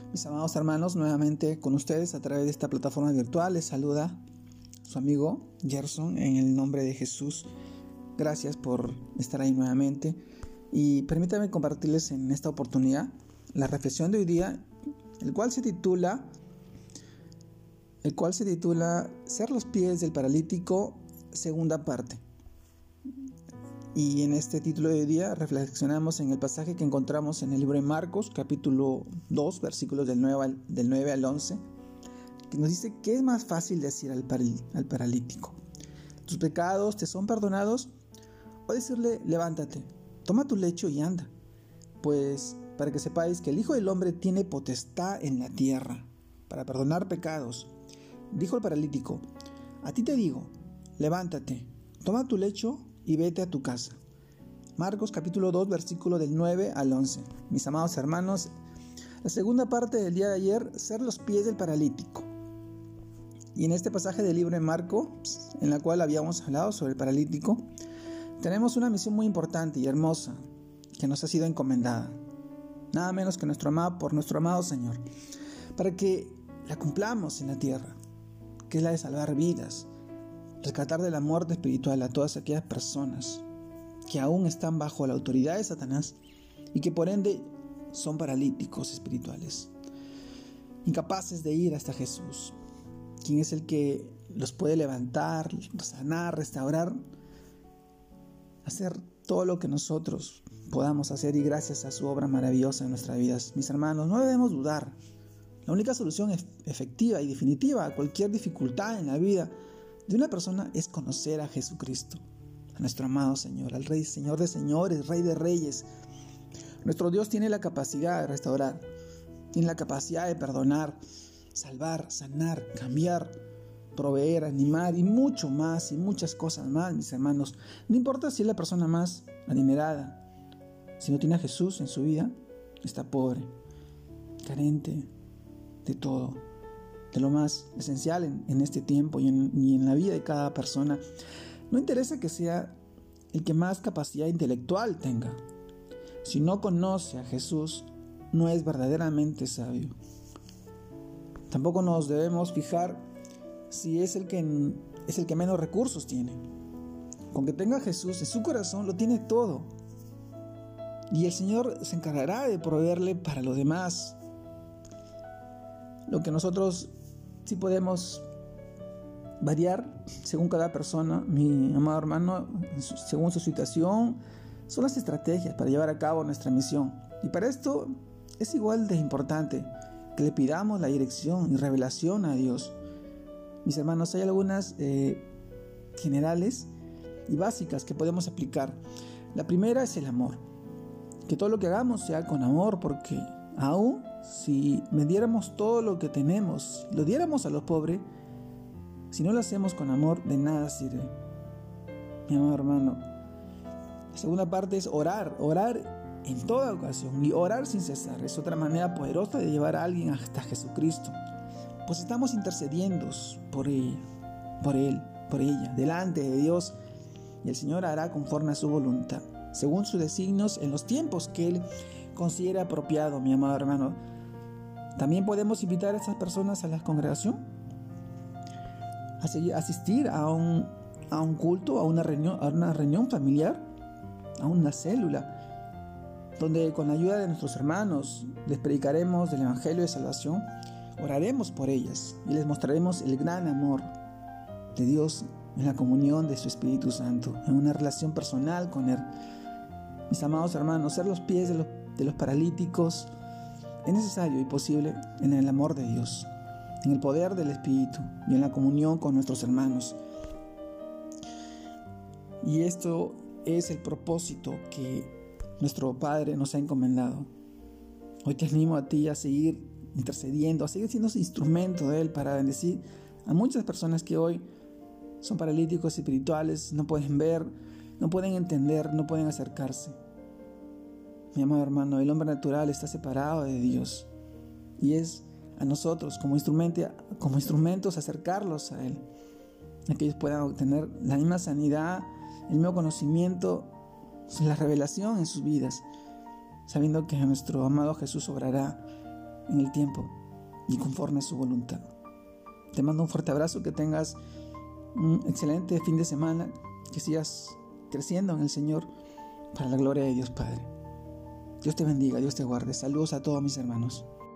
Mis amados hermanos, nuevamente con ustedes a través de esta plataforma virtual les saluda su amigo Gerson en el nombre de Jesús. Gracias por estar ahí nuevamente y permítanme compartirles en esta oportunidad la reflexión de hoy día, el cual se titula Ser los pies del paralítico, segunda parte. Y en este título de hoy día reflexionamos en el pasaje que encontramos en el libro de Marcos, capítulo 2, versículos del 9 al 11, que nos dice que es más fácil decir al paralítico: tus pecados te son perdonados, o decirle: levántate, toma tu lecho y anda. Pues para que sepáis que el Hijo del Hombre tiene potestad en la tierra para perdonar pecados. Dijo el paralítico: a ti te digo, levántate, toma tu lecho y vete a tu casa. Marcos capítulo 2, versículo del 9 al 11. Mis amados hermanos, la segunda parte del día de ayer, ser los pies del paralítico. Y en este pasaje del libro de Marcos, en la cual habíamos hablado sobre el paralítico, tenemos una misión muy importante y hermosa que nos ha sido encomendada, nada menos que por nuestro amado Señor, para que la cumplamos en la tierra, que es la de salvar vidas, rescatar de la muerte espiritual a todas aquellas personas que aún están bajo la autoridad de Satanás y que por ende son paralíticos espirituales, incapaces de ir hasta Jesús, quien es el que los puede levantar, sanar, restaurar, hacer todo lo que nosotros podamos hacer, y gracias a su obra maravillosa en nuestras vidas. Mis hermanos, no debemos dudar. La única solución efectiva y definitiva a cualquier dificultad en la vida de una persona es conocer a Jesucristo, a nuestro amado Señor, al Rey, Señor de señores, Rey de reyes. Nuestro Dios tiene la capacidad de restaurar, tiene la capacidad de perdonar, salvar, sanar, cambiar, proveer, animar y mucho más y muchas cosas más, mis hermanos. No importa si es la persona más adinerada, si no tiene a Jesús en su vida, está pobre, carente de todo, de lo más esencial en este tiempo y en la vida de cada persona. No interesa que sea el que más capacidad intelectual tenga. Si no conoce a Jesús, no es verdaderamente sabio. Tampoco nos debemos fijar si es el que menos recursos tiene. Con que tenga a Jesús en su corazón, lo tiene todo. Y el Señor se encargará de proveerle para lo demás. Lo que nosotros sí podemos variar según cada persona, mi amado hermano, según su situación, son las estrategias para llevar a cabo nuestra misión. Y para esto es igual de importante que le pidamos la dirección y revelación a Dios. Mis hermanos, hay algunas generales y básicas que podemos aplicar. La primera es el amor. Que todo lo que hagamos sea con amor, porque aún si vendiéramos todo lo que tenemos, lo diéramos a los pobres, si no lo hacemos con amor, de nada sirve. Mi amado hermano, la segunda parte es orar en toda ocasión, y orar sin cesar. Es otra manera poderosa de llevar a alguien hasta Jesucristo, pues estamos intercediendo por él, por ella, delante de Dios, y el Señor hará conforme a su voluntad, según sus designios, en los tiempos que Él considera apropiado, mi amado hermano. También podemos invitar a esas personas a la congregación, a asistir a un culto, a una reunión familiar, a una célula, donde con la ayuda de nuestros hermanos les predicaremos del Evangelio de Salvación, oraremos por ellas y les mostraremos el gran amor de Dios en la comunión de su Espíritu Santo, en una relación personal con Él. Mis amados hermanos, ser los pies de los paralíticos es necesario y posible en el amor de Dios, en el poder del Espíritu y en la comunión con nuestros hermanos. Y esto es el propósito que nuestro Padre nos ha encomendado. Hoy te animo a ti a seguir intercediendo, a seguir siendo ese instrumento de Él para bendecir a muchas personas que hoy son paralíticos espirituales, no pueden ver, no pueden entender, no pueden acercarse. Mi amado hermano, el hombre natural está separado de Dios, y es a nosotros como instrumentos acercarlos a Él, a que ellos puedan obtener la misma sanidad, el mismo conocimiento, la revelación en sus vidas, sabiendo que nuestro amado Jesús obrará en el tiempo y conforme a su voluntad. Te mando un fuerte abrazo, que tengas un excelente fin de semana, que sigas creciendo en el Señor para la gloria de Dios Padre. Dios te bendiga, Dios te guarde. Saludos a todos mis hermanos.